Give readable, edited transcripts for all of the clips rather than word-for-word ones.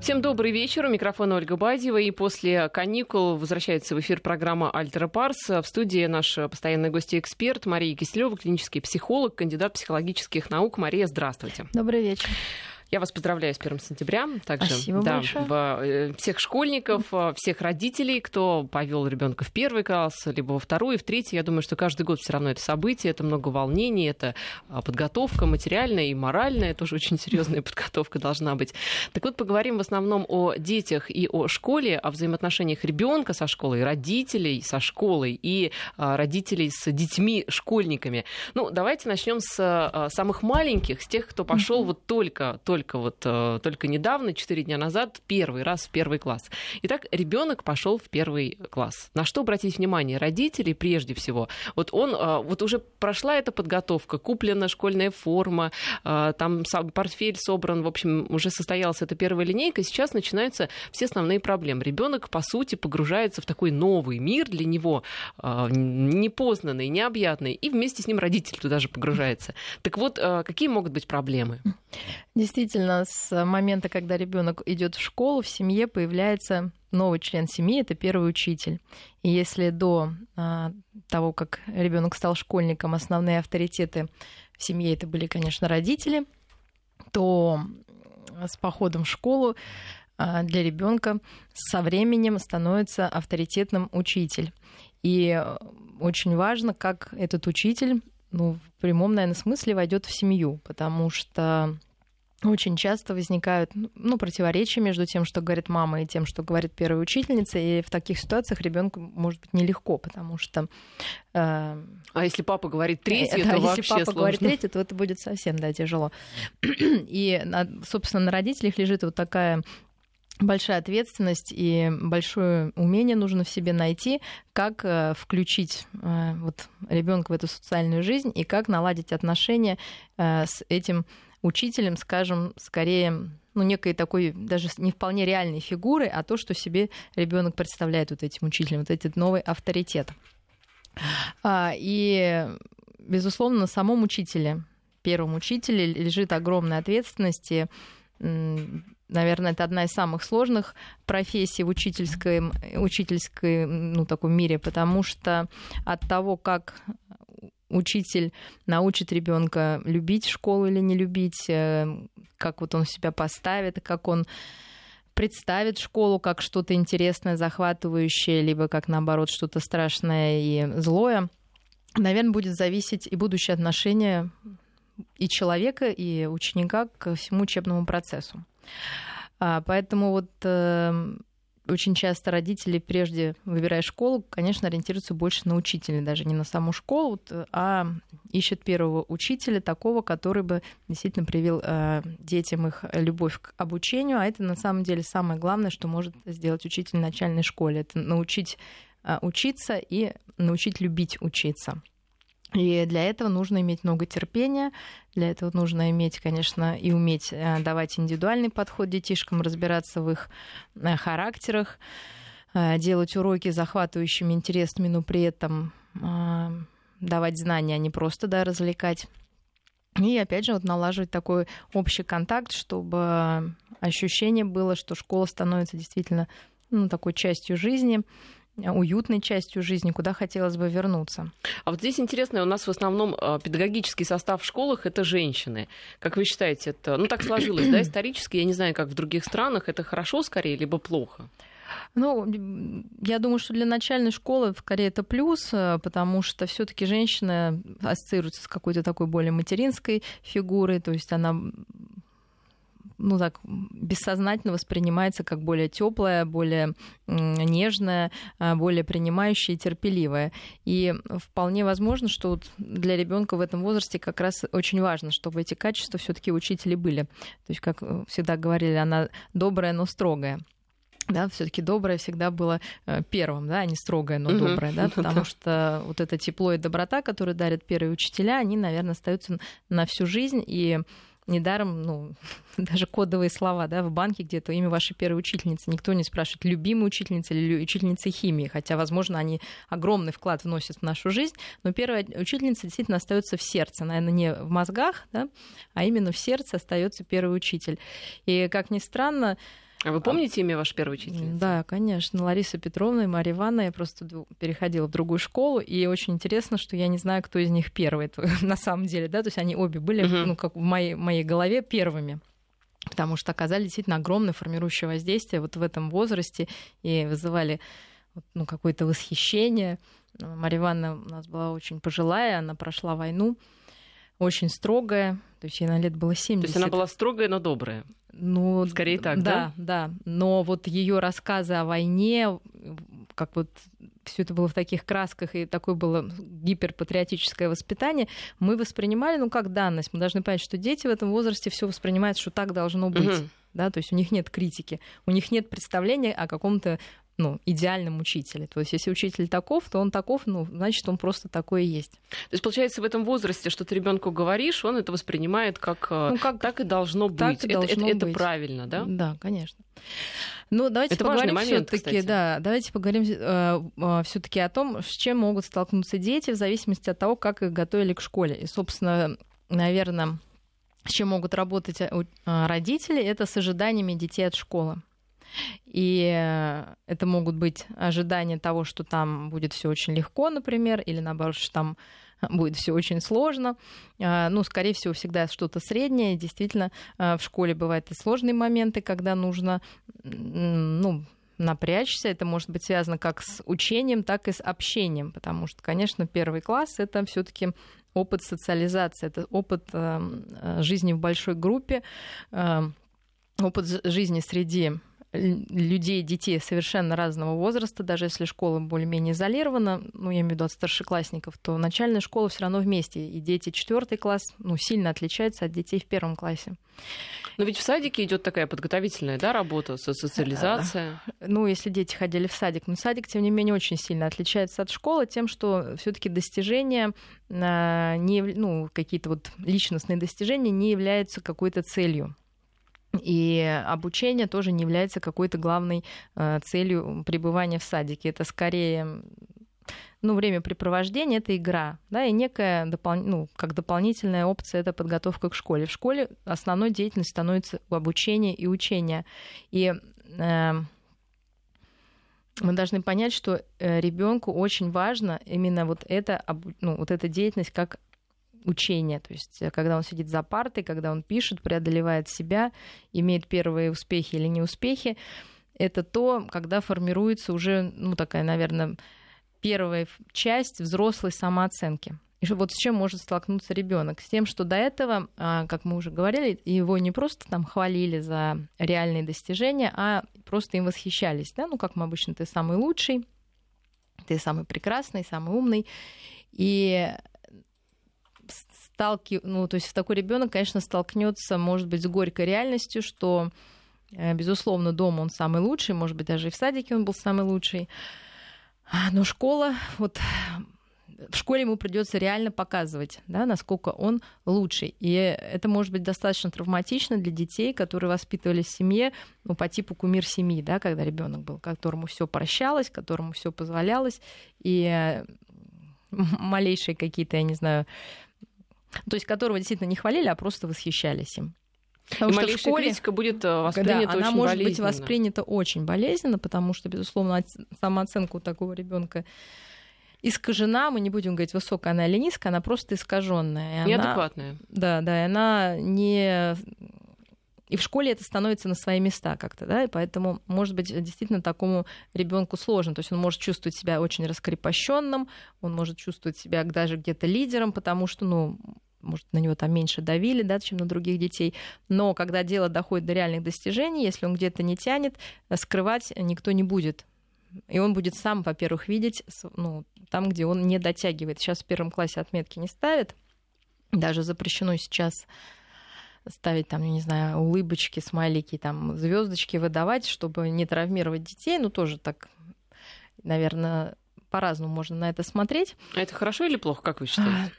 Всем добрый вечер. У микрофона Ольга Бадьева. И после каникул возвращается в эфир программа «Альтера Парс». В студии наш постоянный гость-эксперт Мария Киселева, клинический психолог, кандидат психологических наук. Мария, здравствуйте. Добрый вечер. Я вас поздравляю с 1 сентября. Также, спасибо большое. Всех школьников, всех родителей, кто повел ребенка в 1 класс, либо во 2, в 3. Я думаю, что каждый год все равно это событие, это много волнений, это подготовка материальная и моральная, тоже очень серьезная подготовка должна быть. Так вот, поговорим в основном о детях и о школе, о взаимоотношениях ребенка со школой, родителей со школой и родителей с детьми-школьниками. Ну, давайте начнем с самых маленьких, с тех, кто пошел вот только недавно, 4 дня назад, первый раз в 1 класс. Итак, ребенок пошел в 1 класс. На что обратить внимание родителей прежде всего? Вот уже прошла эта подготовка, куплена школьная форма, там портфель собран, в общем, уже состоялась эта первая линейка, сейчас начинаются все основные проблемы. Ребенок, по сути, погружается в такой новый мир для него, непознанный, необъятный, и вместе с ним родитель туда же погружается. Так вот, какие могут быть проблемы? Действительно, с момента, когда ребенок идет в школу, в семье появляется новый член семьи, это первый учитель. И если до того, как ребенок стал школьником, основные авторитеты в семье это были, конечно, родители, то с походом в школу для ребенка со временем становится авторитетным учитель. И очень важно, как этот учитель, в прямом, наверное, смысле войдет в семью, потому что очень часто возникают противоречия между тем, что говорит мама, и тем, что говорит первая учительница, и в таких ситуациях ребенку может быть нелегко, потому что... А если папа говорит третье, то вообще если папа сложно. Говорит третье, то это будет совсем, тяжело. И, собственно, на родителях лежит вот такая большая ответственность и большое умение нужно в себе найти, как включить ребенка в эту социальную жизнь и как наладить отношения с этим учителем, скажем, скорее, некой такой даже не вполне реальной фигурой, а то, что себе ребенок представляет вот этим учителем, вот этот новый авторитет. И, безусловно, на самом учителе, первом учителе, лежит огромная ответственность. И, наверное, это одна из самых сложных профессий в учительском таком мире, потому что от того, как учитель научит ребенка любить школу или не любить, как он себя поставит, как он представит школу как что-то интересное, захватывающее, либо как, наоборот, что-то страшное и злое, наверное, будет зависеть и будущее отношение и человека, и ученика к всему учебному процессу. Поэтому очень часто родители, прежде выбирая школу, конечно, ориентируются больше на учителя, даже не на саму школу, а ищут первого учителя, такого, который бы действительно привил детям их любовь к обучению. А это на самом деле самое главное, что может сделать учитель в начальной школе. Это научить учиться и научить любить учиться. И для этого нужно иметь много терпения, для этого нужно иметь, конечно, и уметь давать индивидуальный подход детишкам, разбираться в их характерах, делать уроки захватывающими, интересными, но при этом давать знания, а не просто развлекать. И, опять же, налаживать такой общий контакт, чтобы ощущение было, что школа становится действительно такой частью жизни, уютной частью жизни, куда хотелось бы вернуться. А вот здесь интересно, у нас в основном педагогический состав в школах — это женщины. Как вы считаете, это так сложилось, исторически? Я не знаю, как в других странах. Это хорошо скорее, либо плохо? Я думаю, что для начальной школы скорее это плюс, потому что все-таки женщина ассоциируется с какой-то такой более материнской фигурой, то есть она бессознательно воспринимается как более теплая, более нежная, более принимающая и терпеливая. И вполне возможно, что для ребенка в этом возрасте как раз очень важно, чтобы эти качества все-таки у учителей были. То есть, как всегда говорили, она добрая, но строгая. Да, все-таки доброе всегда было первым, а не строгое, но доброе, потому что вот это тепло и доброта, которые дарят первые учителя, они, наверное, остаются на всю жизнь. И недаром, даже кодовые слова, в банке где-то имя вашей первой учительницы. Никто не спрашивает, любимая учительница или учительница химии, хотя, возможно, они огромный вклад вносят в нашу жизнь, но первая учительница действительно остается в сердце, наверное, не в мозгах, а именно в сердце остается первый учитель. И, как ни странно, А вы помните имя вашей первой учительницы? Да, конечно. Лариса Петровна и Марья Ивановна. Я просто переходила в другую школу, и очень интересно, что я не знаю, кто из них первый на самом деле, да, то есть они обе были, ну, как в моей голове, первыми, потому что оказали действительно огромное формирующее воздействие вот в этом возрасте и вызывали ну, какое-то восхищение. Марья Ивановна у нас была очень пожилая, она прошла войну, очень строгая, то есть ей на лет было 70. То есть она была строгая, но добрая? Ну, скорее так, да? Да. Но вот ее рассказы о войне, как вот все это было в таких красках, и такое было гиперпатриотическое воспитание, мы воспринимали, ну, как данность. Мы должны понять, что дети в этом возрасте все воспринимают, что так должно быть. Да? То есть у них нет критики, у них нет представления о каком-то идеальном учителе. То есть если учитель таков, то он таков, значит, он просто такой и есть. То есть, получается, в этом возрасте, что ты ребенку говоришь, он это воспринимает как так и должно быть. Это правильно, да? Да, конечно. Давайте это поговорим все-таки, давайте поговорим все-таки о том, с чем могут столкнуться дети в зависимости от того, как их готовили к школе. И, собственно, наверное, с чем могут работать родители, это с ожиданиями детей от школы. И это могут быть ожидания того, что там будет все очень легко, например, или наоборот, что там будет все очень сложно. Скорее всего, всегда что-то среднее. Действительно, в школе бывают и сложные моменты, когда нужно напрячься. Это может быть связано как с учением, так и с общением, потому что, конечно, первый класс — это все-таки опыт социализации, это опыт жизни в большой группе, опыт жизни среди людей, детей совершенно разного возраста, даже если школа более-менее изолирована, я имею в виду от старшеклассников, то начальная школа все равно вместе, и дети 4 класс сильно отличаются от детей в 1 классе. Но ведь в садике идет такая подготовительная, работа, социализация. Если дети ходили в садик, но садик, тем не менее, очень сильно отличается от школы тем, что все-таки достижения, какие-то личностные достижения не являются какой-то целью. И обучение тоже не является какой-то главной целью пребывания в садике. Это скорее времяпрепровождение, это игра, и некая как дополнительная опция это подготовка к школе. В школе основной деятельностью становится обучение и учение. И мы должны понять, что ребенку очень важно именно эта деятельность как учение, то есть когда он сидит за партой, когда он пишет, преодолевает себя, имеет первые успехи или неуспехи, это то, когда формируется уже, такая, наверное, первая часть взрослой самооценки. И с чем может столкнуться ребенок? С тем, что до этого, как мы уже говорили, его не просто там хвалили за реальные достижения, а просто им восхищались. Да? Как мы обычно, ты самый лучший, ты самый прекрасный, самый умный. И то есть такой ребенок, конечно, столкнется, может быть, с горькой реальностью, что, безусловно, дома он самый лучший, может быть, даже и в садике он был самый лучший. Но школа, в школе ему придется реально показывать, насколько он лучший. И это может быть достаточно травматично для детей, которые воспитывались в семье, по типу кумир семьи, когда ребенок был, которому все прощалось, которому все позволялось, и малейшие какие-то, я не знаю, то есть которого действительно не хвалили, а просто восхищались им. Потому что малейшая критика будет воспринята очень болезненно. Она может быть воспринята очень болезненно, потому что, безусловно, самооценка у такого ребенка искажена. Мы не будем говорить, высокая она или низкая, она просто искаженная. Неадекватная. Да, и она не... И в школе это становится на свои места как-то, и поэтому, может быть, действительно такому ребенку сложно. То есть он может чувствовать себя очень раскрепощенным, он может чувствовать себя даже где-то лидером, потому что, может, на него там меньше давили, чем на других детей. Но когда дело доходит до реальных достижений, если он где-то не тянет, скрывать никто не будет. И он будет сам, во-первых, видеть там, где он не дотягивает. Сейчас в 1 классе отметки не ставят. Даже запрещено сейчас ставить там, я не знаю, улыбочки, смайлики, там, звездочки выдавать, чтобы не травмировать детей. Тоже так, наверное, по-разному можно на это смотреть. А это хорошо или плохо, как вы считаете?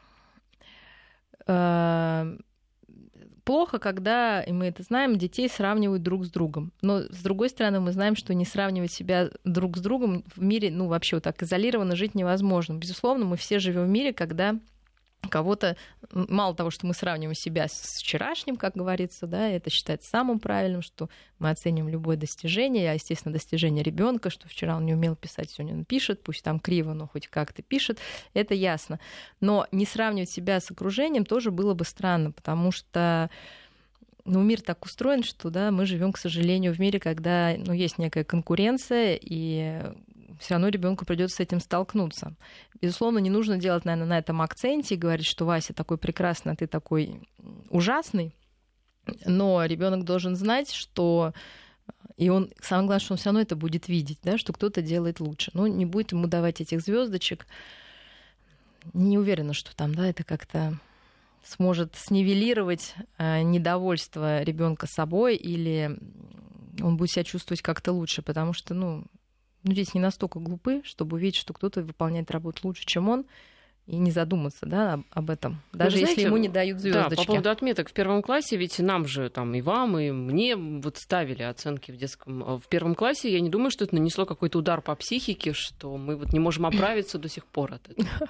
Плохо, когда, и мы это знаем, детей сравнивают друг с другом. Но, с другой стороны, мы знаем, что не сравнивать себя друг с другом в мире, вообще так изолированно жить невозможно. Безусловно, мы все живем в мире, когда Кого-то, мало того, что мы сравниваем себя с вчерашним, как говорится, да, это считается самым правильным, что мы оцениваем любое достижение, а, естественно, достижение ребенка, что вчера он не умел писать, сегодня он пишет, пусть там криво, но хоть как-то пишет, это ясно. Но не сравнивать себя с окружением тоже было бы странно, потому что мир так устроен, что да, мы живем, к сожалению, в мире, когда есть некая конкуренция, и все равно ребенку придется с этим столкнуться. Безусловно, не нужно делать, наверное, на этом акценте и говорить, что Вася такой прекрасный, а ты такой ужасный. Но ребенок должен знать, что и он, самое главное, что он все равно это будет видеть, да, что кто-то делает лучше. Не будет ему давать этих звездочек. Не уверена, что там, да, это как-то сможет снивелировать недовольство ребенка собой, или он будет себя чувствовать как-то лучше, потому что, дети не настолько глупы, чтобы увидеть, что кто-то выполняет работу лучше, чем он, и не задуматься, да, об этом, даже если ему не дают звездочки. Да, по поводу отметок в первом классе, ведь нам же, и вам, и мне ставили оценки в первом классе. Я не думаю, что это нанесло какой-то удар по психике, что мы не можем оправиться до сих пор от этого.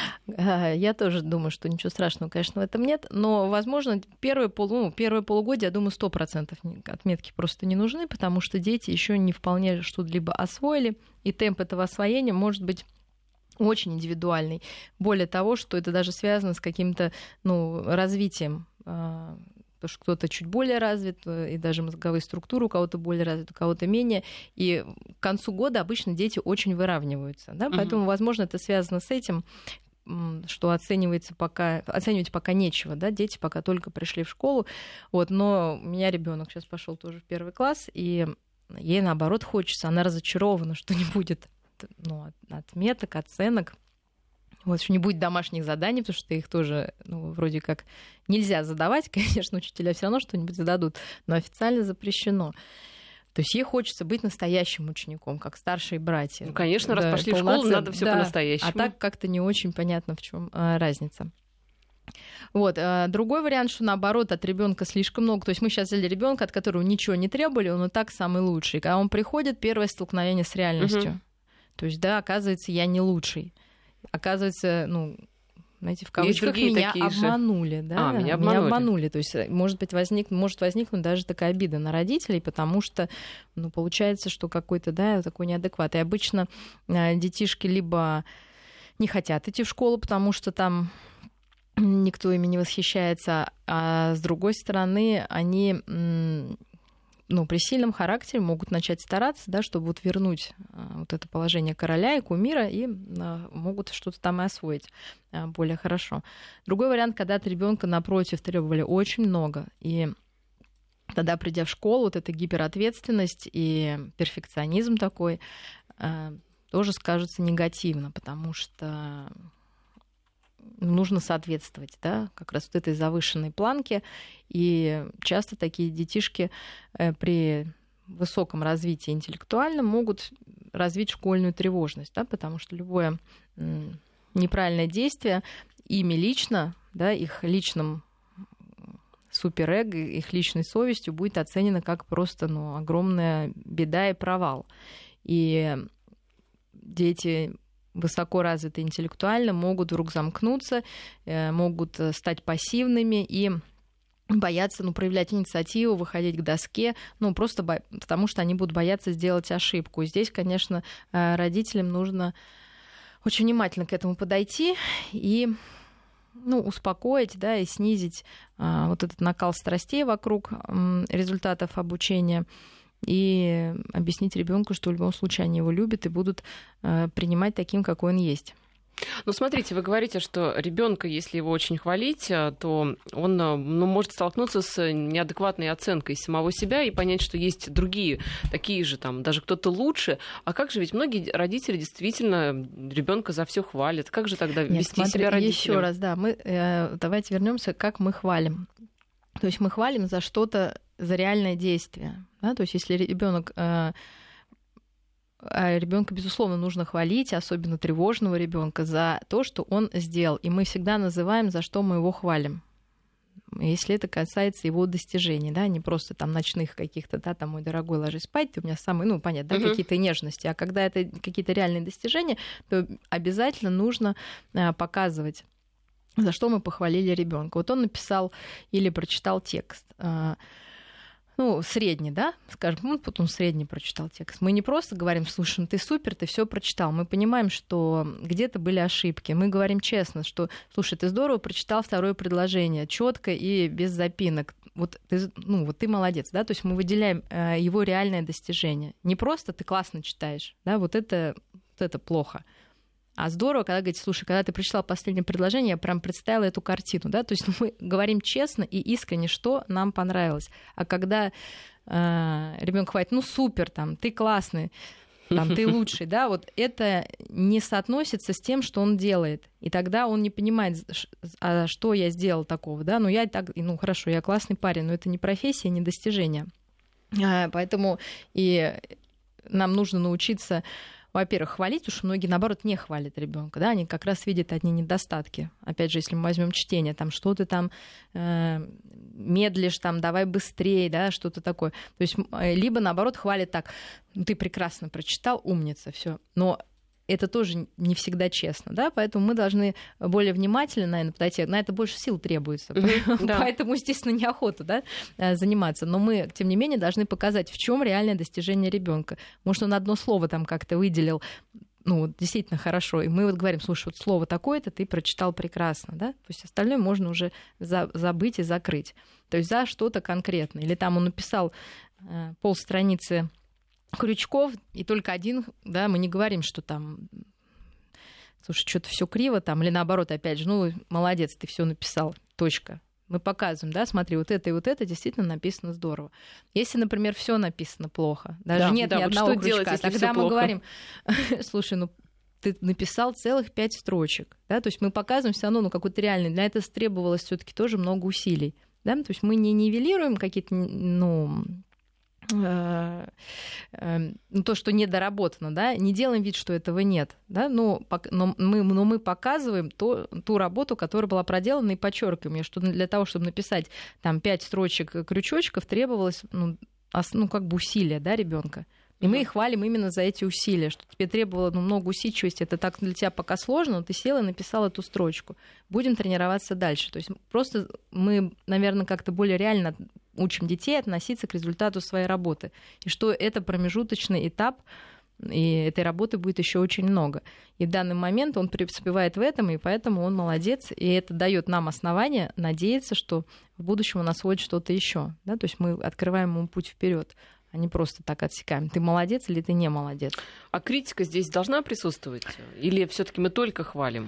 Я тоже думаю, что ничего страшного, конечно, в этом нет, но, возможно, первое полугодие, я думаю, 100% отметки просто не нужны, потому что дети еще не вполне что-либо освоили, и темп этого освоения может быть очень индивидуальный. Более того, что это даже связано с каким-то развитием. Потому что кто-то чуть более развит, и даже мозговые структуры у кого-то более развиты, у кого-то менее. И к концу года обычно дети очень выравниваются. Да? Поэтому, возможно, это связано с этим, что оценивать пока нечего. Да? Дети пока только пришли в школу. Но у меня ребенок сейчас пошел тоже в первый класс, и ей, наоборот, хочется. Она разочарована, что не будет отметок, оценок. Что не будет домашних заданий, потому что их тоже вроде как нельзя задавать. Конечно, учителя все равно что-нибудь зададут, но официально запрещено. То есть ей хочется быть настоящим учеником, как старшие братья. Конечно, раз пошли в школу, надо все по-настоящему. А так как-то не очень понятно, в чем разница. Другой вариант, что наоборот от ребенка слишком много. То есть мы сейчас взяли ребенка, от которого ничего не требовали, он и так самый лучший. Когда он приходит, первое столкновение с реальностью. То есть, да, оказывается, я не лучший. Оказывается, знаете, в кавычках меня обманули. Да? Меня обманули. То есть может возникнуть даже такая обида на родителей, потому что получается, что какой-то такой неадекват. И обычно детишки либо не хотят идти в школу, потому что там никто ими не восхищается, а с другой стороны, они при сильном характере могут начать стараться, да, чтобы вернуть это положение короля и кумира, и могут что-то там и освоить более хорошо. Другой вариант, когда от ребенка напротив требовали очень много, и тогда, придя в школу, эта гиперответственность и перфекционизм такой тоже скажутся негативно, потому что нужно соответствовать, да, как раз этой завышенной планке. И часто такие детишки при высоком развитии интеллектуальном могут развить школьную тревожность, да, потому что любое неправильное действие ими лично, да, их личным суперэго, их личной совестью будет оценено как просто огромная беда и провал. И дети высоко развиты интеллектуально, могут вдруг замкнуться, могут стать пассивными и бояться проявлять инициативу, выходить к доске, просто потому что они будут бояться сделать ошибку. И здесь, конечно, родителям нужно очень внимательно к этому подойти и успокоить, да, и снизить этот накал страстей вокруг результатов обучения, и объяснить ребенку, что в любом случае они его любят и будут принимать таким, какой он есть. Смотрите, вы говорите, что ребенка, если его очень хвалить, то он может столкнуться с неадекватной оценкой самого себя и понять, что есть другие, такие же, даже кто-то лучше. А как же, ведь многие родители действительно ребенка за все хвалят. Как же тогда вести себя родителям? Еще раз, да, давайте вернемся, как мы хвалим. То есть мы хвалим за что-то, за реальное действие. Да? То есть если ребенка, безусловно, нужно хвалить, особенно тревожного ребенка, за то, что он сделал. И мы всегда называем, за что мы его хвалим. Если это касается его достижений, да, не просто ночных каких-то, да, мой дорогой, ложись спать, ты у меня самый, понятно, да, какие-то нежности. А когда это какие-то реальные достижения, то обязательно нужно показывать за что мы похвалили ребенка. Вот он написал или прочитал текст. Средний, да, скажем, вот он средний прочитал текст. Мы не просто говорим: слушай, ну ты супер, ты все прочитал. Мы понимаем, что где-то были ошибки. Мы говорим честно, что, слушай, ты здорово прочитал второе предложение, четко и без запинок. Вот ты молодец, да, то есть мы выделяем его реальное достижение. Не просто ты классно читаешь, да, вот это плохо. А здорово, когда говорите: слушай, когда ты прочитал последнее предложение, я прям представила эту картину, да, то есть мы говорим честно и искренне, что нам понравилось. А когда ребенок говорит: ну супер, там, ты классный, там, ты лучший, да, вот это не соотносится с тем, что он делает. И тогда он не понимает, что я сделал такого, да, хорошо, я классный парень, но это не профессия, не достижение. Поэтому и нам нужно научиться, во-первых, хвалить, потому что многие, наоборот, не хвалят ребенка, да, они как раз видят одни недостатки. Опять же, если мы возьмем чтение, там, что ты там медлишь, там, давай быстрее, да, что-то такое. То есть, либо, наоборот, хвалят так: ты прекрасно прочитал, умница, все. Но это тоже не всегда честно, да, поэтому мы должны более внимательно, наверное, подойти. На это больше сил требуется, поэтому, естественно, неохота, да, заниматься. Но мы, тем не менее, должны показать, в чем реальное достижение ребенка. Может, он одно слово там как-то выделил, действительно хорошо. И мы вот говорим: слушай, вот слово такое-то ты прочитал прекрасно, да, то есть остальное можно уже забыть и закрыть. То есть за что-то конкретное. Или там он написал полстраницы крючков, и только один, да, мы не говорим, что там, слушай, что-то все криво там, или наоборот, опять же, молодец, ты все написал, точка. Мы показываем, да, смотри, вот это и вот это действительно написано здорово. Если, например, все написано плохо, даже нет ни одного крючка, тогда мы говорим: слушай, ты написал целых 5 строчек, да, то есть мы показываем все равно, какой-то реальный, для этого требовалось все-таки тоже много усилий, да, то есть мы не нивелируем какие-то, то, что недоработано, да, не делаем вид, что этого нет, да, но мы показываем ту работу, которая была проделана, и подчеркиваем, что для того, чтобы написать там 5 строчек крючочков, требовалось усилия, да, ребенка. И мы их хвалим именно за эти усилия, что тебе требовало много усидчивости, это так для тебя пока сложно, но ты сел и написал эту строчку. Будем тренироваться дальше. То есть просто мы, наверное, как-то более реально учим детей относиться к результату своей работы. И что это промежуточный этап, и этой работы будет еще очень много. И в данный момент он преуспевает в этом, и поэтому он молодец. И это дает нам основание надеяться, что в будущем у нас будет что-то еще. Да? То есть мы открываем ему путь вперед, а не просто так отсекаем: ты молодец или ты не молодец. А критика здесь должна присутствовать? Или все-таки мы только хвалим?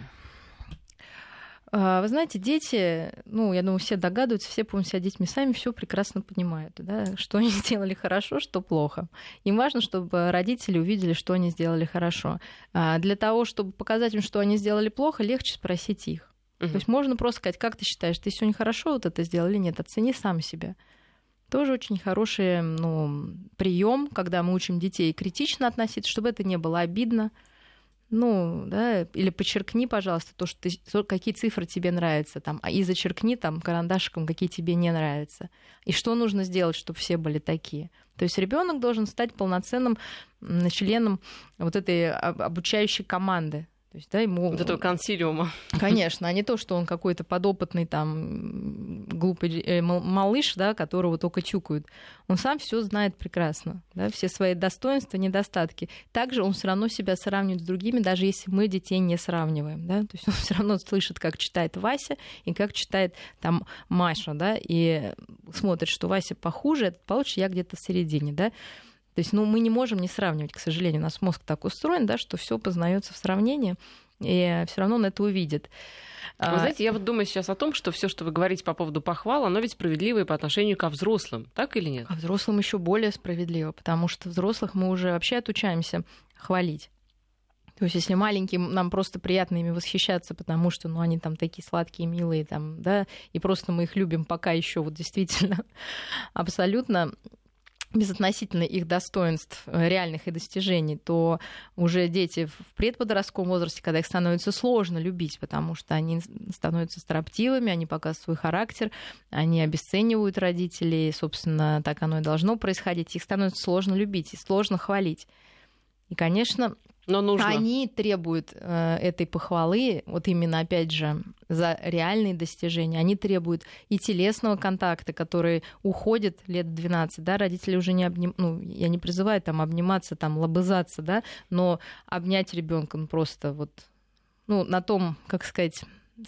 Вы знаете, дети, я думаю, все догадываются, все, по-моему, себя детьми сами все прекрасно понимают, да, что они сделали хорошо, что плохо. Им важно, чтобы родители увидели, что они сделали хорошо. Для того, чтобы показать им, что они сделали плохо, легче спросить их. То есть можно просто сказать: как ты считаешь, ты сегодня хорошо вот это сделал или нет? Оцени сам себя. Тоже очень хороший прием, когда мы учим детей критично относиться, чтобы это не было обидно. Или подчеркни, пожалуйста, какие цифры тебе нравятся, и зачеркни карандашиком, какие тебе не нравятся. И что нужно сделать, чтобы все были такие. То есть ребенок должен стать полноценным членом вот этой обучающей команды. То есть, ему... Вот этого консилиума. Конечно, а не то, что он какой-то подопытный глупый малыш, да, которого только тюкают. Он сам все знает прекрасно, да, все свои достоинства, недостатки. Также он все равно себя сравнивает с другими, даже если мы детей не сравниваем. Да? То есть он все равно слышит, как читает Вася и как читает Маша, да, и смотрит, что Вася похуже, это получше, я где-то в середине, да. То есть, мы не можем не сравнивать, к сожалению. У нас мозг так устроен, да, что все познается в сравнении, и все равно он это увидит. Вы знаете, я думаю сейчас о том, что все, что вы говорите по поводу похвал, оно ведь справедливо по отношению ко взрослым, так или нет? А взрослым еще более справедливо, потому что взрослых мы уже вообще отучаемся хвалить. То есть, если маленьким, нам просто приятно ими восхищаться, потому что, они такие сладкие, милые, да, и просто мы их любим пока еще действительно абсолютно безотносительно их достоинств реальных и достижений, то уже дети в предподростковом возрасте, когда их становится сложно любить, потому что они становятся строптивыми, они показывают свой характер, они обесценивают родителей, собственно, так оно и должно происходить, их становится сложно любить и сложно хвалить. И, конечно, Но нужно. Они требуют этой похвалы, вот именно, опять же, за реальные достижения. Они требуют и телесного контакта, который уходит лет 12, да, родители уже не я не призываю там обниматься, там лобызаться, да, но обнять ребенка просто вот, на том, как сказать,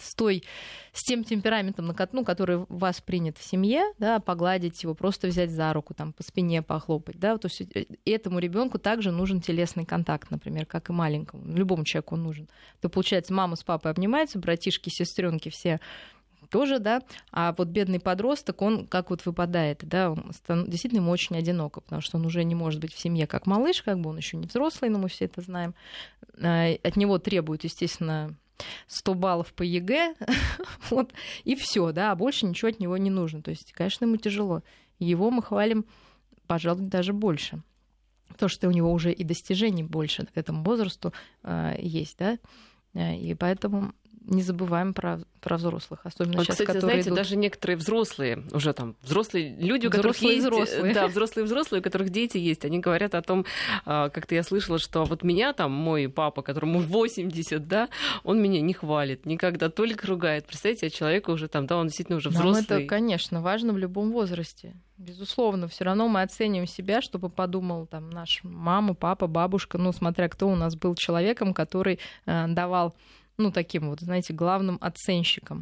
с тем темпераментом, который у вас принят в семье, да, погладить его, просто взять за руку, там, по спине похлопать, да, то есть этому ребенку также нужен телесный контакт, например, как и маленькому, любому человеку он нужен. То получается, мама с папой обнимаются, братишки, сестренки все тоже, да, а вот бедный подросток, он как вот выпадает, да, действительно ему очень одиноко, потому что он уже не может быть в семье как малыш, как бы он еще не взрослый, но мы все это знаем. От него требуют, естественно, 100 баллов по ЕГЭ, вот, и все, да, а больше ничего от него не нужно. То есть, конечно, ему тяжело. Его мы хвалим, пожалуй, даже больше. Потому что у него уже и достижений больше к этому возрасту есть, да, и поэтому не забываем про взрослых, особенно вот, сейчас, кстати, которые знаете, идут... даже некоторые взрослые, уже там взрослые люди, у которых есть... Да, взрослые, у которых дети есть, они говорят о том, как-то я слышала, что вот меня там, мой папа, которому 80, да, он меня не хвалит никогда, только ругает. Представляете, а человеку уже там, да, он действительно уже взрослый. Нам это, конечно, важно в любом возрасте. Безусловно, все равно мы оцениваем себя, чтобы подумал там наш мама, папа, бабушка, смотря кто у нас был человеком, который давал таким вот, знаете, главным оценщиком.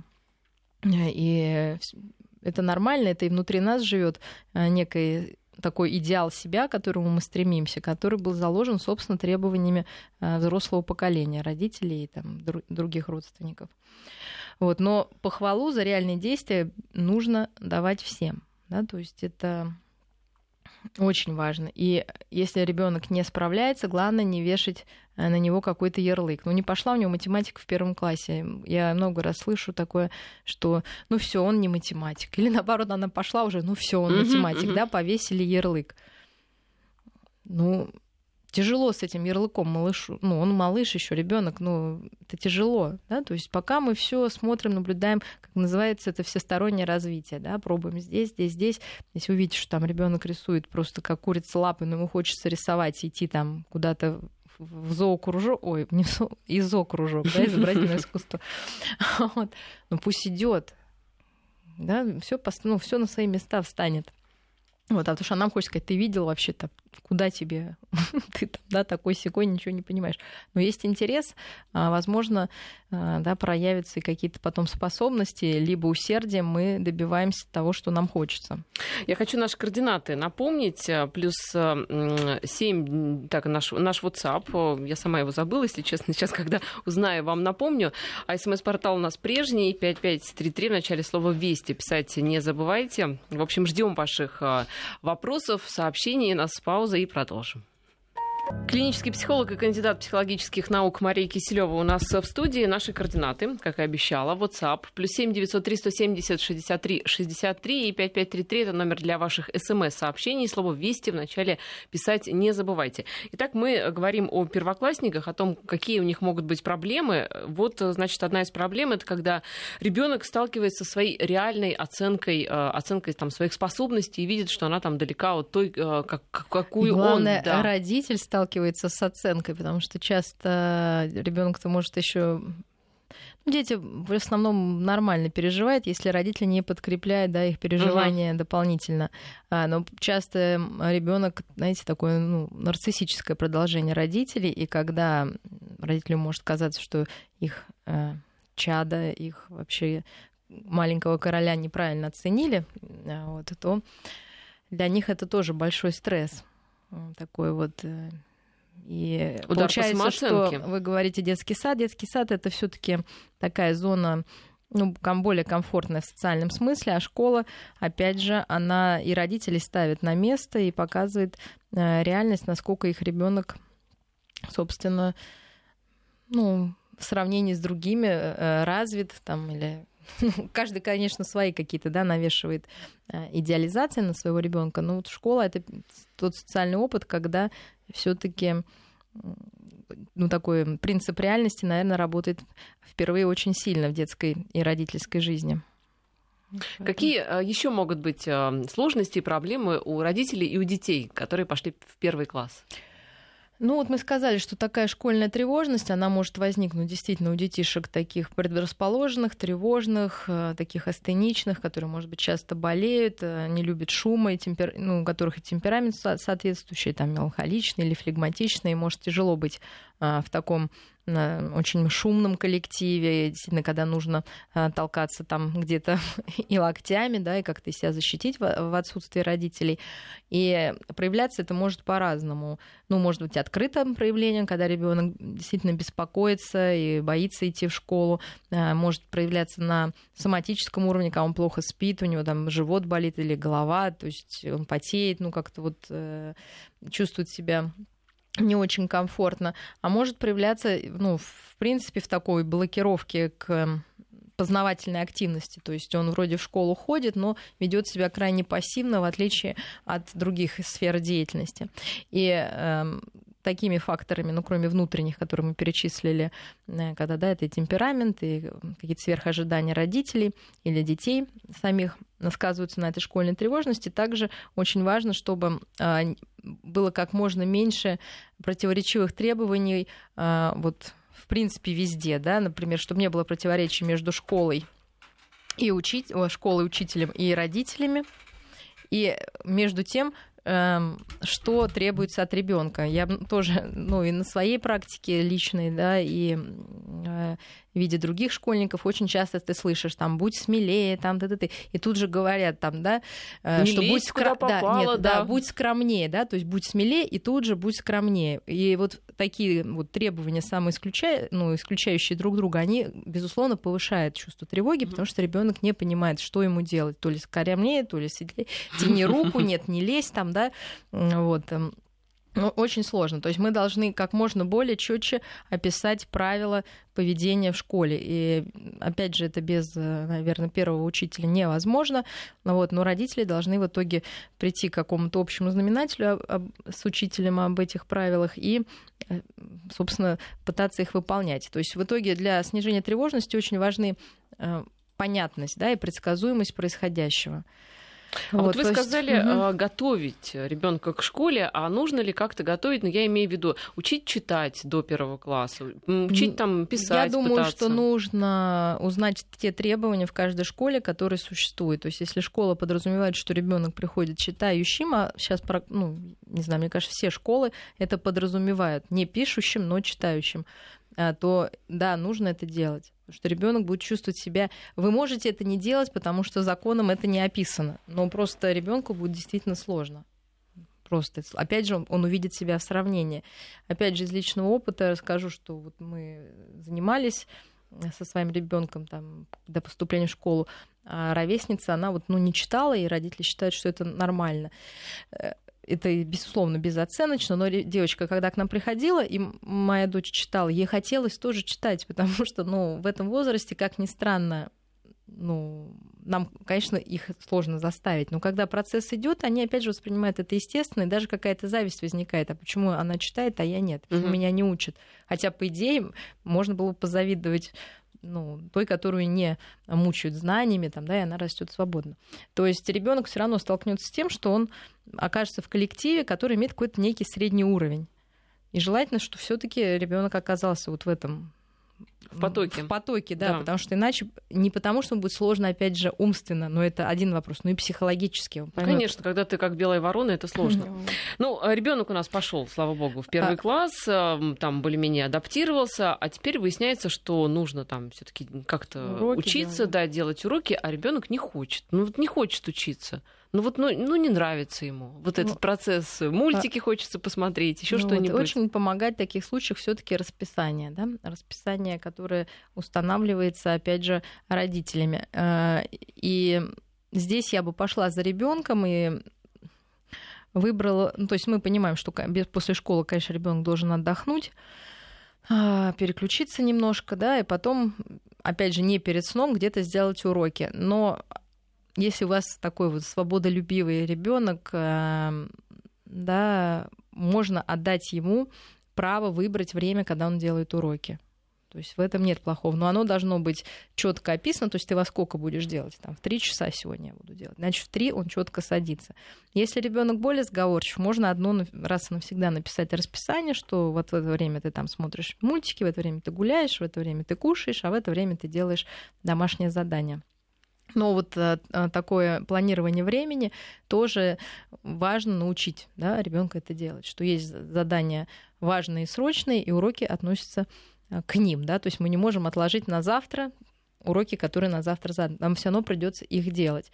И это нормально, это и внутри нас живет некий такой идеал себя, к которому мы стремимся, который был заложен, собственно, требованиями взрослого поколения, родителей и там, других родственников. Вот. Но похвалу за реальные действия нужно давать всем. Да? То есть это очень важно. И если ребенок не справляется, главное не вешать на него какой-то ярлык. Не пошла у него математика в 1 классе. Я много раз слышу такое, что все, он не математик. Или наоборот, она пошла уже, все, он математик, да, повесили ярлык. Тяжело с этим ярлыком малышу. Он малыш еще, ребенок, это тяжело, да, то есть пока мы все смотрим, наблюдаем, как называется, это всестороннее развитие, да, пробуем здесь. Если вы видите, что там ребенок рисует просто как курица лапы, но ему хочется рисовать, идти там куда-то в зоокружок, из зоокружок, да, изобразительное искусство, вот. Пусть идет, да, все на свои места встанет. Вот, потому что нам хочется сказать, ты видел вообще-то, куда тебе, ты там, да, такой-сякой, ничего не понимаешь. Но есть интерес, возможно, да, проявятся и какие-то потом способности, либо усердием мы добиваемся того, что нам хочется. Я хочу наши координаты напомнить. +7, так, наш WhatsApp, я сама его забыла, если честно, сейчас, когда узнаю, вам напомню. А СМС-портал у нас прежний, 5533, в начале слова «Вести» писать не забывайте. В общем, ждем ваших вопросов, сообщений. У нас пауза и продолжим. Клинический психолог и кандидат психологических наук Мария Киселева у нас в студии. Наши координаты, как и обещала, WhatsApp, +7 903 170 63 63 и 5533. Это номер для ваших СМС-сообщений. Слово «Вести» вначале писать не забывайте. Итак, мы говорим о первоклассниках, о том, какие у них могут быть проблемы. Вот, значит, одна из проблем — это когда ребенок сталкивается со своей реальной оценкой там, своих способностей и видит, что она там далека от той, какую главное, он... Да. Родитель сталкивается с оценкой, потому что часто ребенок-то может еще... Дети в основном нормально переживают, если родители не подкрепляют, да, их переживания дополнительно. Но часто ребенок, знаете, такое нарциссическое продолжение родителей, и когда родителю может казаться, что их чадо, их вообще маленького короля неправильно оценили, то для них это тоже большой стресс. Такой вот. И удар получается, что вы говорите детский сад. Детский сад — это все-таки такая зона, более комфортная в социальном смысле, а школа, опять же, она и родителей ставит на место и показывает реальность, насколько их ребенок, собственно, в сравнении с другими развит там или каждый, конечно, свои какие-то, да, навешивает идеализации на своего ребенка. Но школа — это тот социальный опыт, когда все-таки такой принцип реальности, наверное, работает впервые очень сильно в детской и родительской жизни. Какие еще могут быть сложности и проблемы у родителей и у детей, которые пошли в 1 класс? Ну вот мы сказали, что такая школьная тревожность, она может возникнуть действительно у детишек таких предрасположенных, тревожных, таких астеничных, которые, может быть, часто болеют, не любят шума, у которых и темперамент соответствующий, там, меланхоличный или флегматичный, и может тяжело быть в таком очень шумном коллективе, действительно, когда нужно толкаться там где-то и локтями, да, и как-то себя защитить в отсутствии родителей. И проявляться это может по-разному. Ну, может быть, открытым проявлением, когда ребенок действительно беспокоится и боится идти в школу. Может проявляться на соматическом уровне, когда он плохо спит, у него там живот болит или голова, то есть он потеет, ну, как-то вот чувствует себя не очень комфортно, а может проявляться, ну, в принципе, в такой блокировке к познавательной активности. То есть он вроде в школу ходит, но ведет себя крайне пассивно, в отличие от других сфер деятельности. И такими факторами, ну, кроме внутренних, которые мы перечислили, когда, да, это и темперамент, и какие-то сверхожидания родителей или детей самих сказываются на этой школьной тревожности. Также очень важно, чтобы было как можно меньше противоречивых требований вот, в принципе, везде, да, например, чтобы не было противоречий между школой и учителем и родителями, и между тем, что требуется от ребенка. Я тоже, ну, и на своей практике личной, да, и в виде других школьников очень часто ты слышишь, там, будь смелее, там, ты. И тут же говорят, там, да, что будь скромнее, да, то есть будь смелее, и тут же будь скромнее. И вот такие вот требования исключающие друг друга, они, безусловно, повышают чувство тревоги, потому что ребенок не понимает, что ему делать, то ли скромнее, то ли светлее, тяни руку, нет, не лезь, там, да, вот. Ну, очень сложно. То есть мы должны как можно более четче описать правила поведения в школе. И опять же, это без, наверное, первого учителя невозможно. Вот, но родители должны в итоге прийти к какому-то общему знаменателю с учителем об этих правилах и, собственно, пытаться их выполнять. То есть в итоге для снижения тревожности очень важны понятность, да, и предсказуемость происходящего. Вот вы сказали готовить ребенка к школе, а нужно ли как-то готовить? Ну, я имею в виду учить читать до 1 класса, учить там писать. Я думаю, что нужно узнать те требования в каждой школе, которые существуют. То есть, если школа подразумевает, что ребенок приходит читающим, а сейчас, ну, не знаю, мне кажется, все школы это подразумевают, не пишущим, но читающим, то да, нужно это делать. Потому что ребенок будет чувствовать себя. Вы можете это не делать, потому что законом это не описано. Но просто ребенку будет действительно сложно. Просто, опять же, он увидит себя в сравнении. Опять же, из личного опыта расскажу, что вот мы занимались со своим ребенком там, до поступления в школу, а ровесница, она вот, ну, не читала, и родители считают, что это нормально. Это, безусловно, безоценочно, но девочка, когда к нам приходила, и моя дочь читала, ей хотелось тоже читать, потому что, ну, в этом возрасте, как ни странно, ну, нам, конечно, их сложно заставить, но когда процесс идет, они, опять же, воспринимают это естественно, и даже какая-то зависть возникает, а почему она читает, а я нет, почему меня не учат. Хотя, по идее, можно было бы позавидовать, ну, той, которую не мучают знаниями, там, да, и она растет свободно. То есть ребенок все равно столкнется с тем, что он окажется в коллективе, который имеет какой-то некий средний уровень. И желательно, что все-таки ребенок оказался вот в этом в потоке, да, потому что иначе не потому, что он будет сложно, опять же, умственно, но это один вопрос, но и психологически. Конечно, когда ты как белая ворона, это сложно. Ну, ребенок у нас пошел, слава богу, в 1 класс, там более-менее адаптировался, а теперь выясняется, что нужно там все-таки как-то учиться, делать уроки, а ребенок не хочет. Ну, вот не хочет учиться. Ну, не нравится ему вот этот процесс. Мультики хочется посмотреть, еще что-нибудь. Очень помогает в таких случаях все-таки расписание, да? Расписание, которое устанавливается, опять же, родителями. И здесь я бы пошла за ребенком и выбрала. Ну, то есть мы понимаем, что после школы, конечно, ребенок должен отдохнуть, переключиться немножко, да, и потом, опять же, не перед сном где-то сделать уроки. Но если у вас такой вот свободолюбивый ребенок, да, можно отдать ему право выбрать время, когда он делает уроки. То То есть в этом нет плохого. Но оно должно быть четко описано. То есть ты во сколько будешь делать? Там, в 3 часа сегодня я буду делать. Значит, в 3 он четко садится. Если ребенок более сговорчив, можно одно раз и навсегда написать расписание, что вот в это время ты там смотришь мультики, в это время ты гуляешь, в это время ты кушаешь, а в это время ты делаешь домашнее задание. Но вот такое планирование времени тоже важно научить, да, ребенка это делать, что есть задания важные и срочные, и уроки относятся к ним, да, то есть мы не можем отложить на завтра уроки, которые на завтра заданы, нам все равно придется их делать.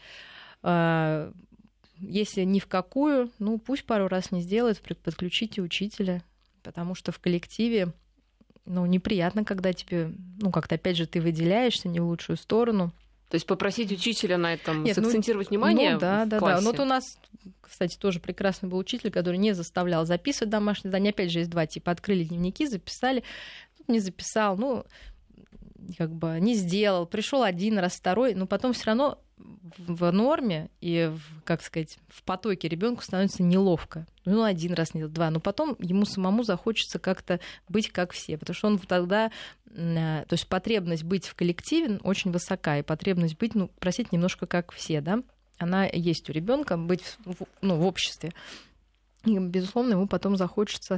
Если ни в какую, ну пусть пару раз не сделает, подключите учителя, потому что в коллективе, ну, неприятно, когда тебе, ну, как-то опять же ты выделяешься не в лучшую сторону. То есть попросить учителя на этом сакцентировать внимание в классе? Да. Вот у нас, кстати, тоже прекрасный был учитель, который не заставлял записывать домашние задания. Опять же, есть два типа. Открыли дневники, записали. Тут не записал, ну, как бы не сделал. Пришел один раз, второй, но потом все равно в норме и, как сказать, в потоке ребенку становится неловко. Ну, один раз, не два. Но потом ему самому захочется как-то быть как все. Потому что он тогда... То есть потребность быть в коллективе очень высока. И потребность быть, ну, просить немножко как все, да? Она есть у ребенка быть в обществе. И, безусловно, ему потом захочется,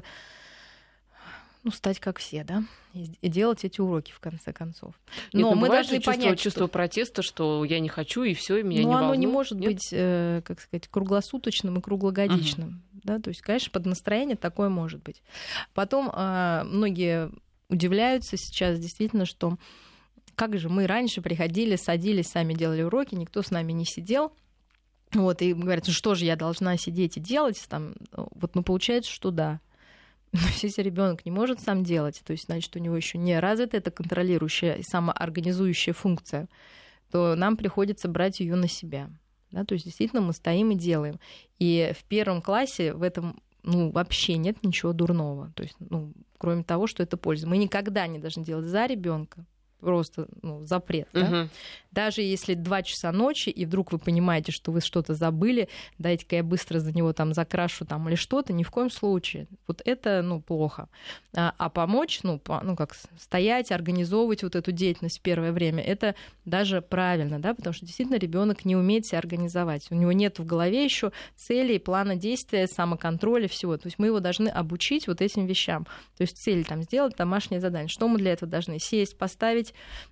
ну, стать как все, да, и делать эти уроки в конце концов. Но мы должны понять, чувство протеста, что я не хочу, и все, и меня не волнует. Но оно не может быть, как сказать, круглосуточным и круглогодичным. Да? То есть, конечно, под настроение такое может быть. Потом многие удивляются сейчас действительно, что как же мы раньше приходили, садились, сами делали уроки, никто с нами не сидел. Вот, и говорят, ну что же я должна сидеть и делать? Там, вот, ну, получается, что да. Но если ребенок не может сам делать, то есть, значит, у него еще не развита эта контролирующая и самоорганизующая функция, то нам приходится брать ее на себя. Да? То есть, действительно, мы стоим и делаем. И в 1 классе в этом, ну, вообще нет ничего дурного. То есть, ну, кроме того, что это польза. Мы никогда не должны делать за ребенка. Просто, ну, запрет. Да? Даже если 2 часа ночи, и вдруг вы понимаете, что вы что-то забыли, дайте-ка я быстро за него там закрашу там, или что-то, ни в коем случае. Вот это, ну, плохо. А помочь, ну, как стоять, организовывать вот эту деятельность в первое время, это даже правильно, да, потому что действительно ребенок не умеет себя организовать. У него нет в голове еще целей, плана действия, самоконтроля, всего. То есть мы его должны обучить вот этим вещам. То есть цель там сделать домашнее задание. Что мы для этого должны? Сесть, поставить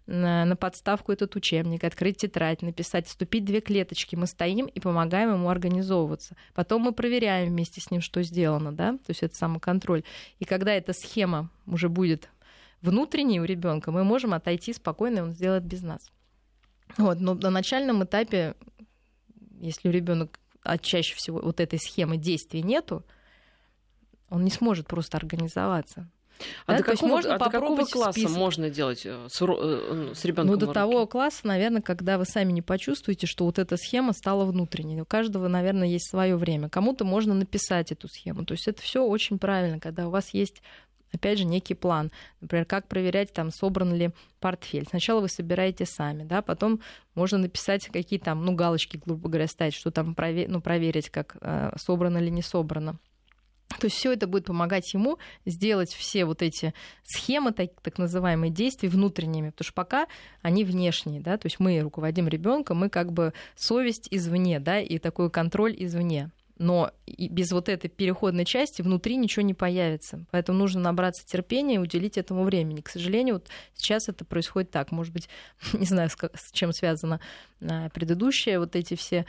на подставку этот учебник, открыть тетрадь, написать, вступить 2 клеточки. Мы стоим и помогаем ему организовываться. Потом мы проверяем вместе с ним, что сделано, да, то есть это самоконтроль. И когда эта схема уже будет внутренней у ребенка, мы можем отойти спокойно, и он сделает без нас. Вот, но на начальном этапе, если у ребенка чаще всего вот этой схемы действий нету, он не сможет просто организоваться. А до какого класса можно делать с ребенком? Ну, до того класса, наверное, когда вы сами не почувствуете, что вот эта схема стала внутренней. У каждого, наверное, есть свое время. Кому-то можно написать эту схему. То есть это все очень правильно, когда у вас есть, опять же, некий план. Например, как проверять, там, собран ли портфель. Сначала вы собираете сами, да, потом можно написать какие там, ну, галочки, грубо говоря, ставить, что там проверить, как собрано или не собрано. То есть все это будет помогать ему сделать все вот эти схемы, так называемые действия внутренними, потому что пока они внешние, да, то есть мы руководим ребенком, мы как бы совесть извне, да, и такой контроль извне. Но без вот этой переходной части внутри ничего не появится. Поэтому нужно набраться терпения и уделить этому времени. К сожалению, вот сейчас это происходит так. Может быть, не знаю, с чем связано предыдущие вот эти все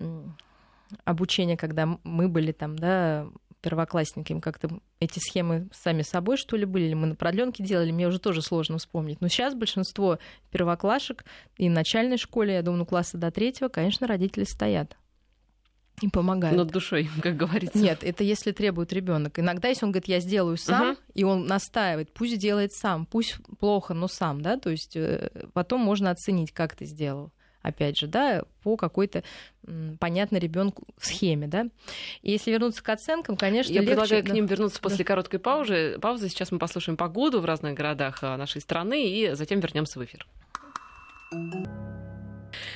обучения, когда мы были там, да, первоклассниками, как-то эти схемы сами собой, что ли, были, или мы на продленке делали, мне уже тоже сложно вспомнить. Но сейчас большинство первоклашек и в начальной школе, я думаю, класса до 3, конечно, родители стоят и помогают. Над душой, как говорится. Нет, это если требует ребенок. Иногда, если он говорит, я сделаю сам, и он настаивает, пусть делает сам, пусть плохо, но сам, да, то есть потом можно оценить, как ты сделал. Опять же, да, по какой-то понятной ребенку схеме, да. И если вернуться к оценкам, конечно, я предлагаю к ним вернуться после короткой паузы. Сейчас мы послушаем погоду в разных городах нашей страны и затем вернемся в эфир.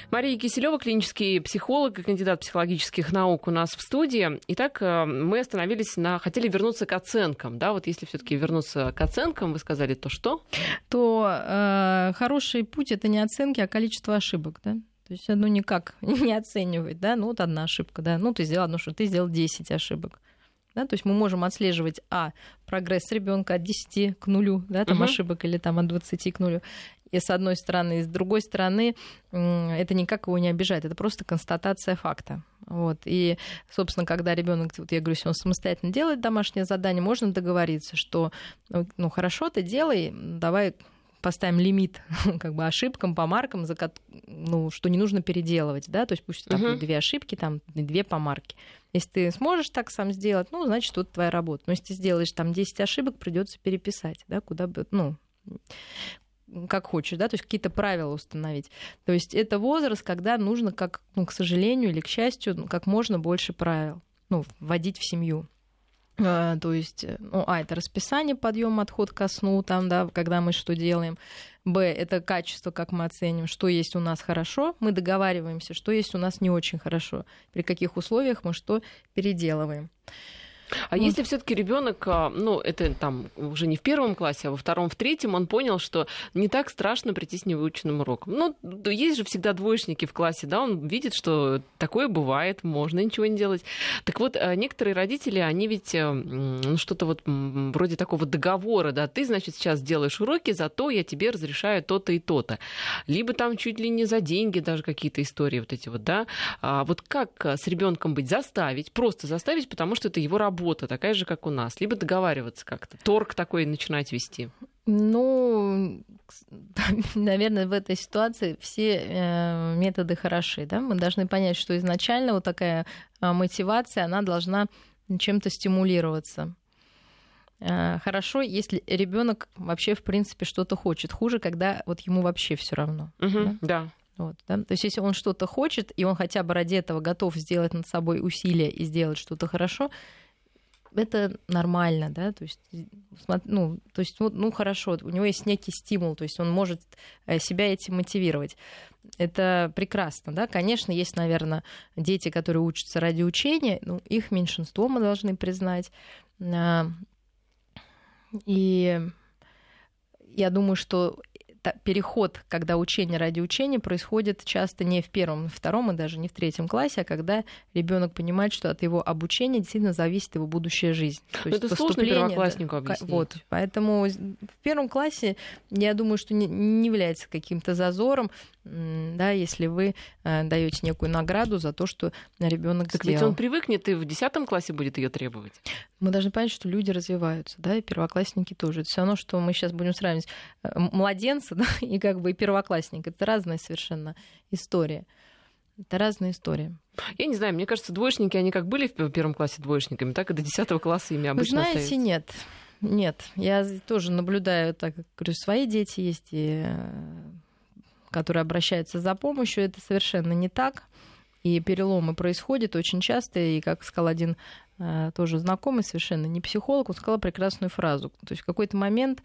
Мария Киселева, клинический психолог и кандидат психологических наук у нас в студии. Итак, мы остановились хотели вернуться к оценкам. Да, вот если все-таки вернуться к оценкам, вы сказали, то что? То хороший путь — это не оценки, а количество ошибок, да? То есть никак не оценивать, да, вот одна ошибка, да, ты сделал одну, что ты сделал 10 ошибок. Да, то есть мы можем отслеживать прогресс ребенка от 10 к 0, да, ошибок, или от 20 к 0. И с одной стороны, и с другой стороны, это никак его не обижает, это просто констатация факта. Вот. И, собственно, когда ребенок, я говорю, если он самостоятельно делает домашнее задание, можно договориться, что, хорошо, ты делай, давай поставим лимит ошибкам, помаркам, что не нужно переделывать, да, то есть пусть там будет 2 ошибки, 2 помарки. Если ты сможешь так сам сделать, значит, тут твоя работа. Но если ты сделаешь 10 ошибок, придется переписать, да, куда бы, как хочешь, да, то есть какие-то правила установить. То есть это возраст, когда нужно, к сожалению или к счастью, как можно больше правил, вводить в семью. То есть, это расписание, подъем, отход ко сну, когда мы что делаем. Б, это качество, как мы оценим, что есть у нас хорошо, мы договариваемся, что есть у нас не очень хорошо, при каких условиях мы что переделываем. А если все-таки ребенок, это уже не в 1 классе, а во 2, в 3, он понял, что не так страшно прийти с невыученным уроком. Есть же всегда двоечники в классе, да, он видит, что такое бывает, можно ничего не делать. Так вот, некоторые родители, они ведь что-то вроде такого договора, да, ты, значит, сейчас делаешь уроки, зато я тебе разрешаю то-то и то-то. Либо там чуть ли не за деньги даже какие-то истории да. Вот как с ребенком быть? Просто заставить, потому что это его работа такая же, как у нас, либо договариваться как-то, торг такой начинать вести? Наверное, в этой ситуации все методы хороши, да? Мы должны понять, что изначально такая мотивация, она должна чем-то стимулироваться. Хорошо, если ребенок вообще, в принципе, что-то хочет. Хуже, когда ему вообще все равно. Да. Да? То есть, если он что-то хочет, и он хотя бы ради этого готов сделать над собой усилия и сделать что-то хорошо, это нормально, да, то есть, хорошо, у него есть некий стимул, то есть он может себя этим мотивировать. Это прекрасно, да, конечно, есть, наверное, дети, которые учатся ради учения, их меньшинство мы должны признать, и я думаю, что переход, когда учение ради учения происходит часто не в 1, 2 и даже не в 3 классе, а когда ребенок понимает, что от его обучения действительно зависит его будущая жизнь. То есть это сложно первокласснику объяснить. Поэтому в 1 классе, я думаю, что не является каким-то зазором, да, если вы даете некую награду за то, что ребенок сделал. Ведь он привыкнет и в 10 классе будет ее требовать. Мы должны понять, что люди развиваются, да, и первоклассники тоже. Это все равно, что мы сейчас будем сравнивать младенца, да, и и первоклассника. Это разная совершенно история. Это разная история. Я не знаю, мне кажется, двоечники, они как были в 1 классе двоечниками, так и до 10 класса ими обычно остаются. Вы знаете, нет. Я тоже наблюдаю, так как говорю, свои дети есть, которые обращаются за помощью. Это совершенно не так. И переломы происходят очень часто. И, как сказал один тоже знакомый, совершенно не психолог, он сказал прекрасную фразу. То есть в какой-то момент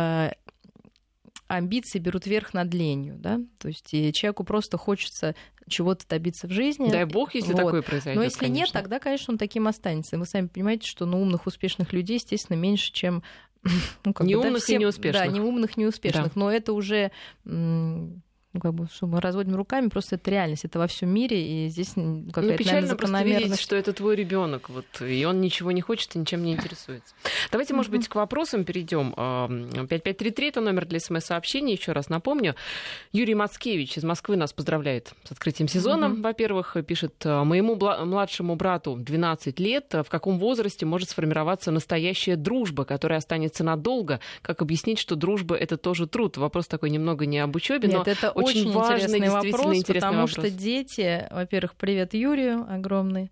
амбиции берут верх над ленью, да, то есть и человеку просто хочется чего-то добиться в жизни. Дай бог, если такое произойдет. Но если конечно. нет, тогда, конечно, он таким останется. И вы сами понимаете, что умных, успешных людей, естественно, меньше, чем неумных и неуспешных. Да, неумных, неуспешных. Да. Но это уже что мы разводим руками, просто это реальность, это во всем мире, и здесь какая-то, печально наверное, просто видеть, что это твой ребенок, и он ничего не хочет и ничем не интересуется. Давайте, может быть, к вопросам перейдем. 5533 — это номер для СМС-сообщений, еще раз напомню. Юрий Мацкевич из Москвы нас поздравляет с открытием сезона. Во-первых, пишет: моему младшему брату 12 лет. В каком возрасте может сформироваться настоящая дружба, которая останется надолго? Как объяснить, что дружба — это тоже труд? Вопрос такой немного не об учебе, но это очень важный, интересный вопрос, потому вопрос. что дети, во-первых, привет Юрию огромный,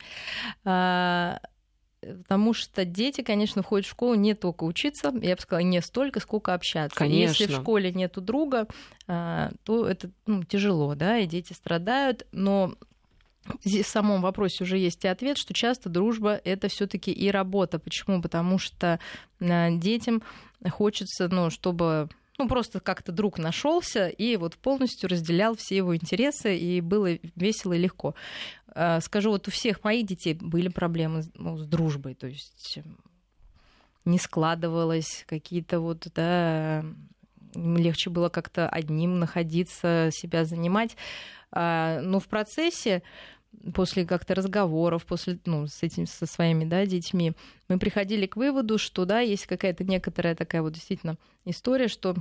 потому что дети, конечно, ходят в школу не только учиться, я бы сказала, не столько, сколько общаться. Конечно. Если в школе нету друга, то это тяжело, да, и дети страдают, но здесь в самом вопросе уже есть и ответ, что часто дружба — это все-таки и работа. Почему? Потому что детям хочется, чтобы просто как-то друг нашелся и вот полностью разделял все его интересы, и было весело и легко. Скажу, вот у всех моих детей были проблемы с дружбой, то есть не складывалось, какие-то вот, да, легче было как-то одним находиться, себя занимать. Но в процессе, после как-то разговоров, со своими, да, детьми, мы приходили к выводу, что, да, есть какая-то некоторая такая вот действительно история, что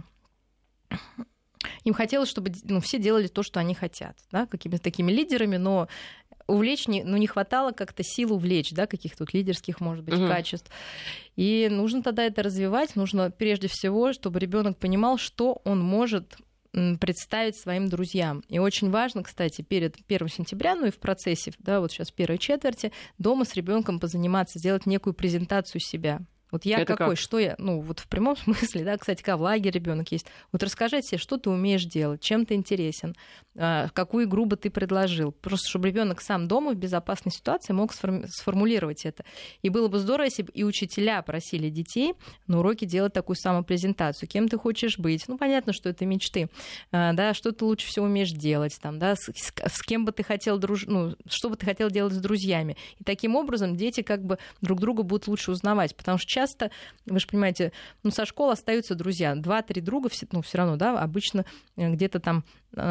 им хотелось, чтобы все делали то, что они хотят, да, какими-то такими лидерами, но увлечь не хватало как-то сил увлечь, да, каких-то вот лидерских, может быть, качеств. И нужно тогда это развивать. Нужно прежде всего, чтобы ребенок понимал, что он может представить своим друзьям. И очень важно, кстати, перед 1 сентября, и в процессе, да, вот сейчас первой четверти, дома с ребенком позаниматься, сделать некую презентацию себя. Вот я это какой, как? что я, вот в прямом смысле, да, кстати, когда в лагере ребенок есть. Вот расскажи себе, что ты умеешь делать, чем ты интересен, какую игру бы ты предложил. Просто чтобы ребенок сам дома в безопасной ситуации мог сформулировать это. И было бы здорово, если бы и учителя просили детей на уроке делать такую самопрезентацию. Кем ты хочешь быть? Понятно, что это мечты. Да, что ты лучше всего умеешь делать, там, да, с кем бы ты хотел дружить, что бы ты хотел делать с друзьями. И таким образом дети как бы друг друга будут лучше узнавать, потому что часто, вы же понимаете, со школы остаются друзья. 2-3 друга все равно, да, обычно где-то там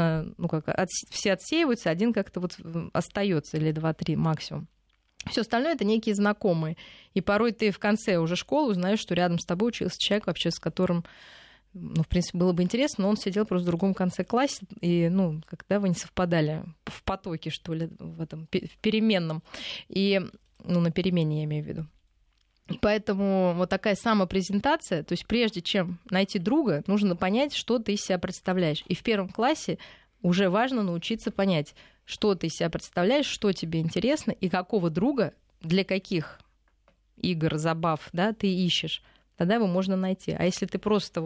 все отсеиваются, один как-то вот остается, или 2-3 максимум. Все остальное это некие знакомые. И порой ты в конце уже школы узнаешь, что рядом с тобой учился человек, вообще с которым, в принципе, было бы интересно, но он сидел просто в другом конце класса, и, когда вы не совпадали в потоке, что ли, в переменном. И, на перемене я имею в виду. И поэтому вот такая самопрезентация, то есть прежде чем найти друга, нужно понять, что ты из себя представляешь. И в 1 классе уже важно научиться понять, что ты из себя представляешь, что тебе интересно и какого друга, для каких игр, забав, да, ты ищешь. Тогда его можно найти. А если ты просто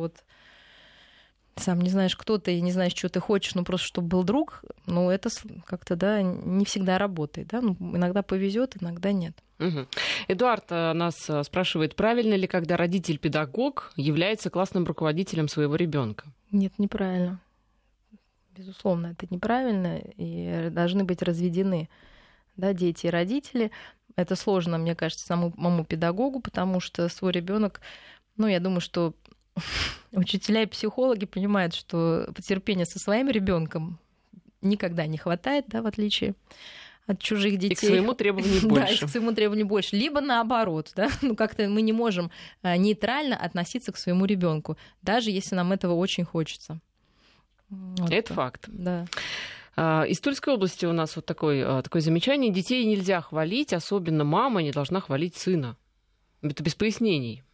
сам не знаешь, кто ты, и не знаешь, что ты хочешь, просто чтобы был друг, это как-то, да, не всегда работает. Да? Иногда повезет, иногда нет. Угу. Эдуард нас спрашивает, правильно ли, когда родитель-педагог является классным руководителем своего ребенка? Нет, неправильно. Безусловно, это неправильно, и должны быть разведены, да, дети и родители. Это сложно, мне кажется, самому педагогу, потому что свой ребенок, я думаю, что учителя и психологи понимают, что потерпения со своим ребенком никогда не хватает, да, в отличие от чужих детей. И к своему требованию больше. Да, и к своему требованию больше. Либо наоборот, да, как-то мы не можем нейтрально относиться к своему ребенку, даже если нам этого очень хочется. Это факт. Да. Из Тульской области у нас такое замечание. Детей нельзя хвалить, особенно мама не должна хвалить сына. Это без пояснений.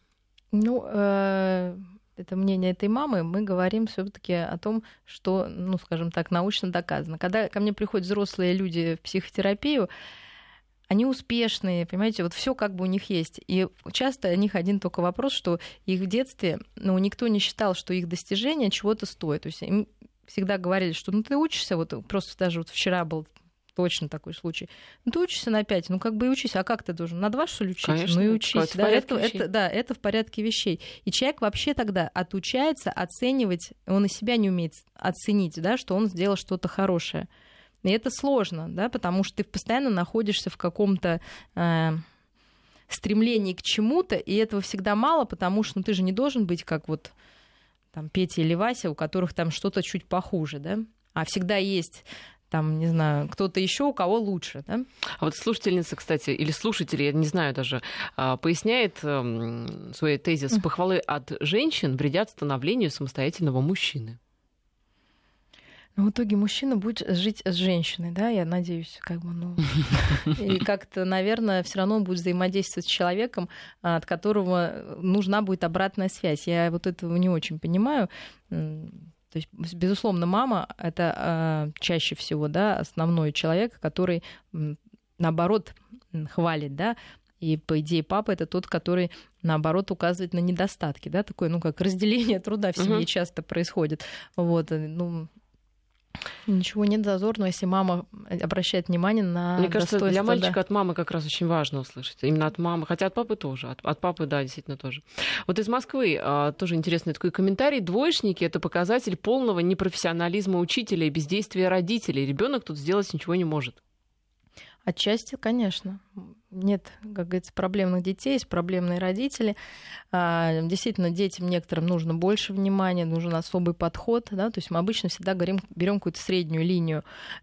Это мнение этой мамы, мы говорим все-таки о том, что, скажем так, научно доказано. Когда ко мне приходят взрослые люди в психотерапию, они успешные, понимаете, все как бы у них есть. И часто у них один только вопрос, что их в детстве, никто не считал, что их достижения чего-то стоят. То есть им всегда говорили, что ты учишься, просто даже вчера был точно такой случай. Ты учишься на 5, и учись, а как ты должен? На 2, что ли, учиться? Конечно, и учись. Да, это в порядке вещей. И человек вообще тогда отучается оценивать, он и себя не умеет оценить, да, что он сделал что-то хорошее. И это сложно, да, потому что ты постоянно находишься в каком-то стремлении к чему-то, и этого всегда мало, потому что ты же не должен быть как Петя или Вася, у которых там что-то чуть похуже, да, а всегда есть не знаю, кто-то еще, у кого лучше, да? А слушательница, кстати, или слушатель, я не знаю даже, поясняет свой тезис: похвалы от женщин вредят становлению самостоятельного мужчины. В итоге мужчина будет жить с женщиной, да, я надеюсь, и как-то, наверное, все равно он будет взаимодействовать с человеком, от которого нужна будет обратная связь. Я этого не очень понимаю. То есть, безусловно, мама — это чаще всего, да, основной человек, который, наоборот, хвалит, да, и, по идее, папа — это тот, который, наоборот, указывает на недостатки, да, такое, как разделение труда в семье часто происходит, Ничего нет зазорного, если мама обращает внимание на Мне кажется, достоинство, для мальчика да. от мамы как раз очень важно услышать. Именно от мамы. Хотя от папы тоже. От папы, да, действительно тоже. Вот из Москвы тоже интересный такой комментарий. Двоечники — это показатель полного непрофессионализма учителя и бездействия родителей. Ребенок тут сделать ничего не может. Отчасти, конечно. Нет, как говорится, проблемных детей, есть проблемные родители. Действительно, детям некоторым нужно больше внимания, нужен особый подход. Да? То есть мы обычно всегда берем какую-то среднюю линию.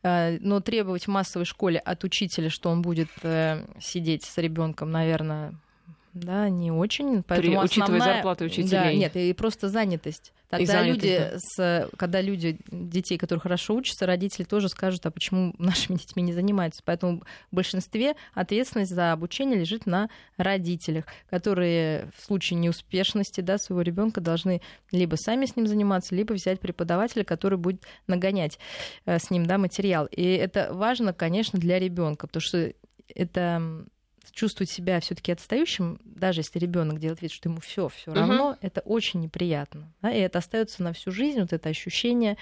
Но требовать в массовой школе от учителя, что он будет сидеть с ребенком, наверное, да, не очень. Поэтому учитывая зарплаты учителей. Да, нет, и просто занятость. Тогда когда люди, детей, которые хорошо учатся, родители тоже скажут, а почему нашими детьми не занимаются. Поэтому в большинстве ответственность за обучение лежит на родителях, которые в случае неуспешности, да, своего ребенка должны либо сами с ним заниматься, либо взять преподавателя, который будет нагонять с ним, да, материал. И это важно, конечно, для ребенка, потому что это чувствовать себя все-таки отстающим, даже если ребенок делает вид, что ему все равно, это очень неприятно. Да? И это остается на всю жизнь, вот это ощущение,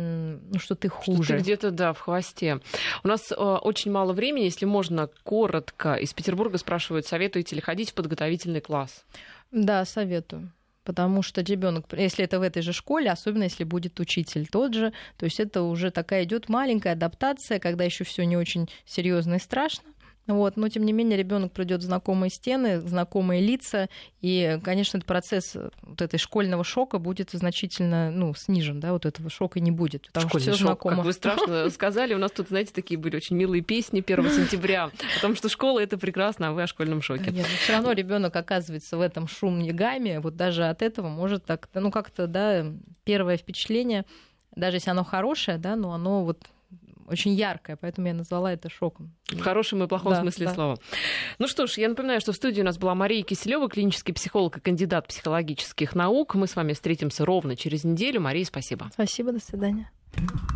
что ты хуже. Что ты где-то, да, в хвосте. У нас очень мало времени, если можно, коротко. Из Петербурга спрашивают, советуете ли ходить в подготовительный класс? Да, советую. Потому что ребенок, если это в этой же школе, особенно если будет учитель тот же, то есть это уже такая идет маленькая адаптация, когда еще все не очень серьезно и страшно. Вот, но тем не менее ребенок придет в знакомые стены, знакомые лица, и, конечно, этот процесс вот этой школьного шока будет значительно снижен, да, вот этого шока не будет, потому школьный что всё шок, знакомо. как вы страшно сказали, у нас тут, знаете, такие были очень милые песни 1 сентября, потому что школа — это прекрасно, а вы о школьном шоке. Нет, но все равно ребенок оказывается в этом шумной гамме, вот даже от этого может так, как-то, да, первое впечатление, даже если оно хорошее, да, но оно вот очень яркое, поэтому я назвала это шоком. В хорошем и плохом смысле слова. Ну что ж, я напоминаю, что в студии у нас была Мария Киселева, клинический психолог и кандидат психологических наук. Мы с вами встретимся ровно через неделю. Мария, спасибо. Спасибо, до свидания.